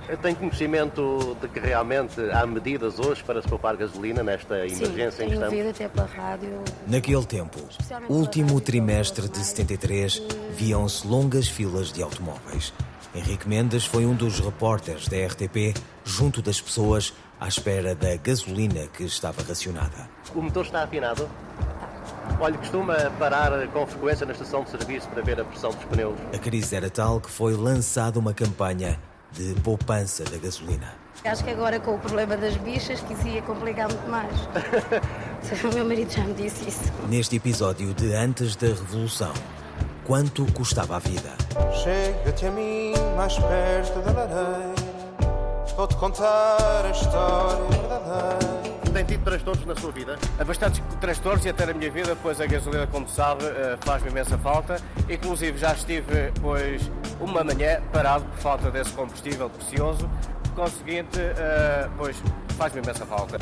Eu tenho conhecimento de que realmente há medidas hoje para se poupar gasolina nesta emergência em que estamos? Sim, tenho ouvido até pela rádio. Naquele tempo, último trimestre de 73, viam-se longas filas de automóveis. Henrique Mendes foi um dos repórteres da RTP, junto das pessoas, à espera da gasolina que estava racionada. O motor está afinado? Olha, costuma parar com frequência na estação de serviço para ver a pressão dos pneus. A crise era tal que foi lançada uma campanha de poupança da gasolina. Acho que agora com o problema das bichas que isso ia complicar muito mais. O meu marido já me disse isso. Neste episódio de Antes da Revolução, quanto custava a vida? Chega-te a mim mais perto da lareira, vou-te contar a história verdadeira. Tem tido transtornos na sua vida? Há bastantes transtornos e até na minha vida, pois a gasolina, como sabe, faz-me imensa falta. Inclusive já estive, pois, uma manhã parado por falta desse combustível precioso. Conseguinte, pois, faz-me imensa falta.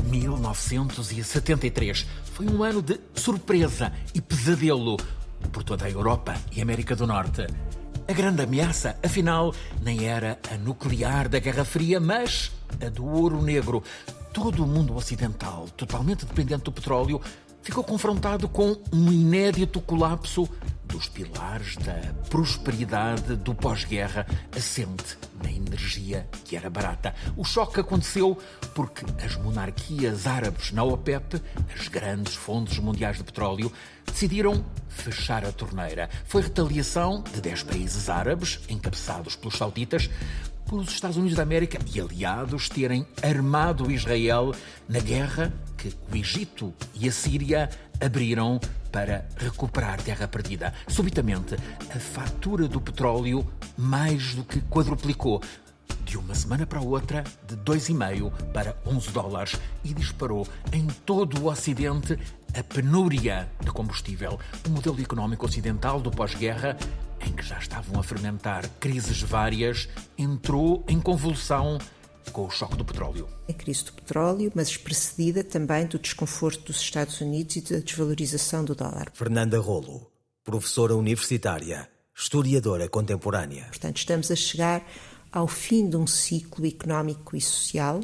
1973 foi um ano de surpresa e pesadelo por toda a Europa e América do Norte. A grande ameaça, afinal, nem era a nuclear da Guerra Fria, mas a do ouro negro. Todo o mundo ocidental, totalmente dependente do petróleo, ficou confrontado com um inédito colapso dos pilares da prosperidade do pós-guerra, assente na energia que era barata. O choque aconteceu porque as monarquias árabes na OPEP, as grandes fontes mundiais de petróleo, decidiram fechar a torneira. Foi retaliação de 10 países árabes, encabeçados pelos sauditas, pelos Estados Unidos da América e aliados terem armado Israel na guerra que o Egito e a Síria abriram para recuperar terra perdida. Subitamente, a fatura do petróleo mais do que quadruplicou. De uma semana para a outra, de 2,5 para $11 e disparou em todo o Ocidente a penúria de combustível. O modelo económico ocidental do pós-guerra, em que já estavam a fermentar crises várias, entrou em convulsão com o choque do petróleo. A crise do petróleo, mas precedida também do desconforto dos Estados Unidos e da desvalorização do dólar. Fernanda Rolo, professora universitária, historiadora contemporânea. Portanto, estamos a chegar ao fim de um ciclo económico e social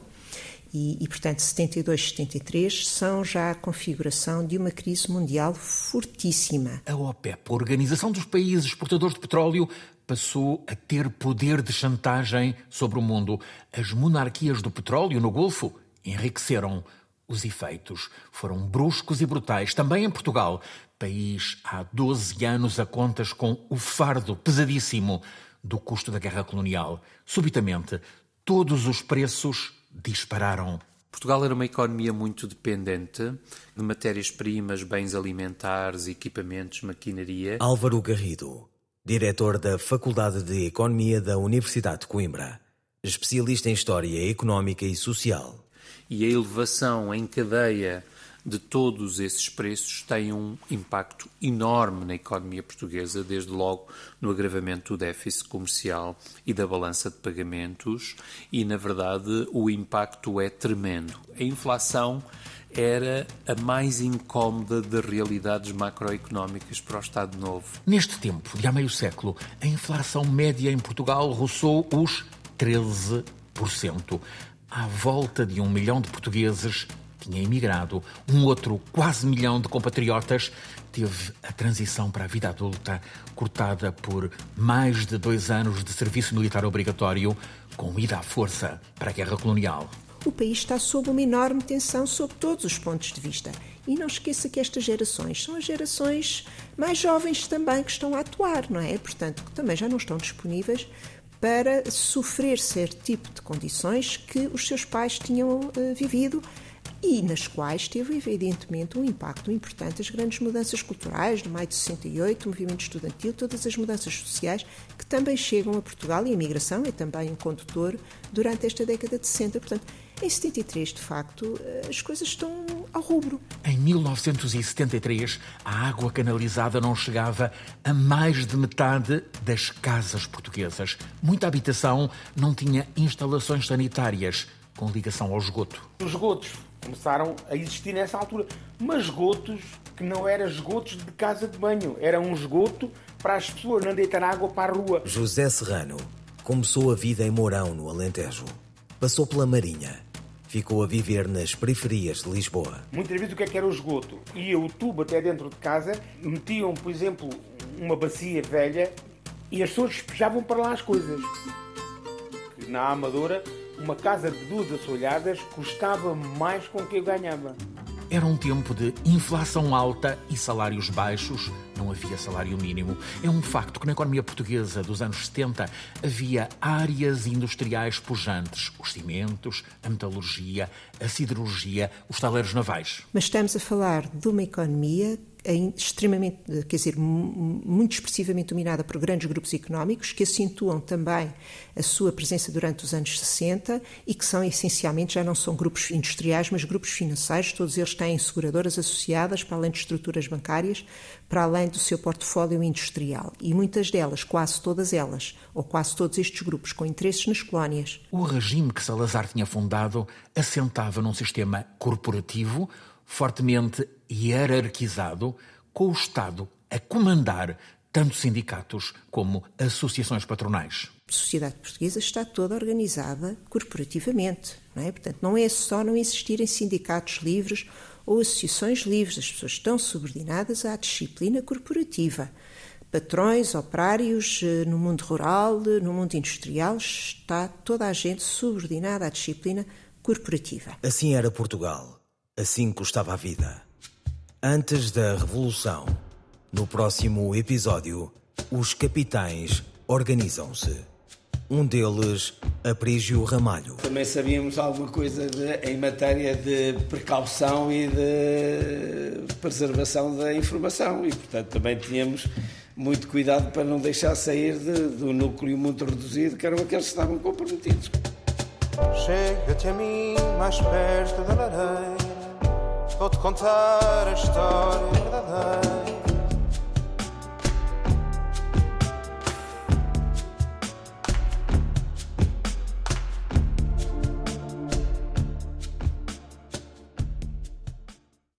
e portanto, 72, 73 são já a configuração de uma crise mundial fortíssima. A OPEP, a Organização dos Países Exportadores de Petróleo, passou a ter poder de chantagem sobre o mundo. As monarquias do petróleo no Golfo enriqueceram. Os efeitos foram bruscos e brutais. Também em Portugal, país há 12 anos a contas com o fardo pesadíssimo do custo da guerra colonial. Subitamente, todos os preços dispararam. Portugal era uma economia muito dependente de matérias-primas, bens alimentares, equipamentos, maquinaria. Álvaro Garrido, diretor da Faculdade de Economia da Universidade de Coimbra, especialista em História Económica e Social. E a elevação em cadeia de todos esses preços tem um impacto enorme na economia portuguesa, desde logo no agravamento do déficit comercial e da balança de pagamentos, e, na verdade, o impacto é tremendo. A inflação era a mais incómoda das realidades macroeconómicas para o Estado Novo. Neste tempo, de há meio século, a inflação média em Portugal roçou os 13%. À volta de 1 milhão de portugueses tinha emigrado. Um outro quase milhão de compatriotas teve a transição para a vida adulta cortada por mais de 2 anos de serviço militar obrigatório, com ida à força para a guerra colonial. O país está sob uma enorme tensão sob todos os pontos de vista. E não esqueça que estas gerações são as gerações mais jovens também que estão a atuar, não é? Portanto, que também já não estão disponíveis para sofrer certo tipo de condições que os seus pais tinham vivido e nas quais teve, evidentemente, um impacto importante as grandes mudanças culturais de maio de 68, o movimento estudantil, todas as mudanças sociais que também chegam a Portugal, e a imigração é também um condutor durante esta década de 60. Portanto, em 73, de facto, as coisas estão ao rubro. Em 1973, a água canalizada não chegava a mais de metade das casas portuguesas. Muita habitação não tinha instalações sanitárias com ligação ao esgoto. Os esgotos começaram a existir nessa altura, mas esgotos que não eram esgotos de casa de banho, era um esgoto para as pessoas não deitar água para a rua. José Serrano, recomeçou a vida em Mourão, no Alentejo. Passou pela Marinha. Ficou a viver nas periferias de Lisboa. Muitas vezes o que era o esgoto? Ia o tubo até dentro de casa, metiam, por exemplo, uma bacia velha e as pessoas despejavam para lá as coisas. Na Amadora, uma casa de 2 assoalhadas custava mais com o que eu ganhava. Era um tempo de inflação alta e salários baixos. Não havia salário mínimo. É um facto que na economia portuguesa dos anos 70 havia áreas industriais pujantes. Os cimentos, a metalurgia, a siderurgia, os taleiros navais. Mas estamos a falar de uma economia extremamente, quer dizer, muito expressivamente dominada por grandes grupos económicos que acentuam também a sua presença durante os anos 60 e que são essencialmente, já não são grupos industriais, mas grupos financeiros. Todos eles têm seguradoras associadas, para além de estruturas bancárias, para além do seu portfólio industrial. E muitas delas, quase todas elas, ou quase todos estes grupos, com interesses nas colónias. O regime que Salazar tinha fundado assentava num sistema corporativo fortemente hierarquizado, com o Estado a comandar tanto sindicatos como associações patronais. A sociedade portuguesa está toda organizada corporativamente, não é? Portanto, não é só não existirem sindicatos livres ou associações livres, as pessoas estão subordinadas à disciplina corporativa. Patrões, operários, no mundo rural, no mundo industrial, está toda a gente subordinada à disciplina corporativa. Assim era Portugal. Assim custava a vida. Antes da Revolução, no próximo episódio, os capitães organizam-se. Um deles, Aprígio Ramalho. Também sabíamos alguma coisa em matéria de precaução e de preservação da informação e, portanto, também tínhamos muito cuidado para não deixar sair do núcleo muito reduzido, que eram aqueles que estavam comprometidos. Chega-te a mim mais perto da lareira, vou-te contar a história verdadeira.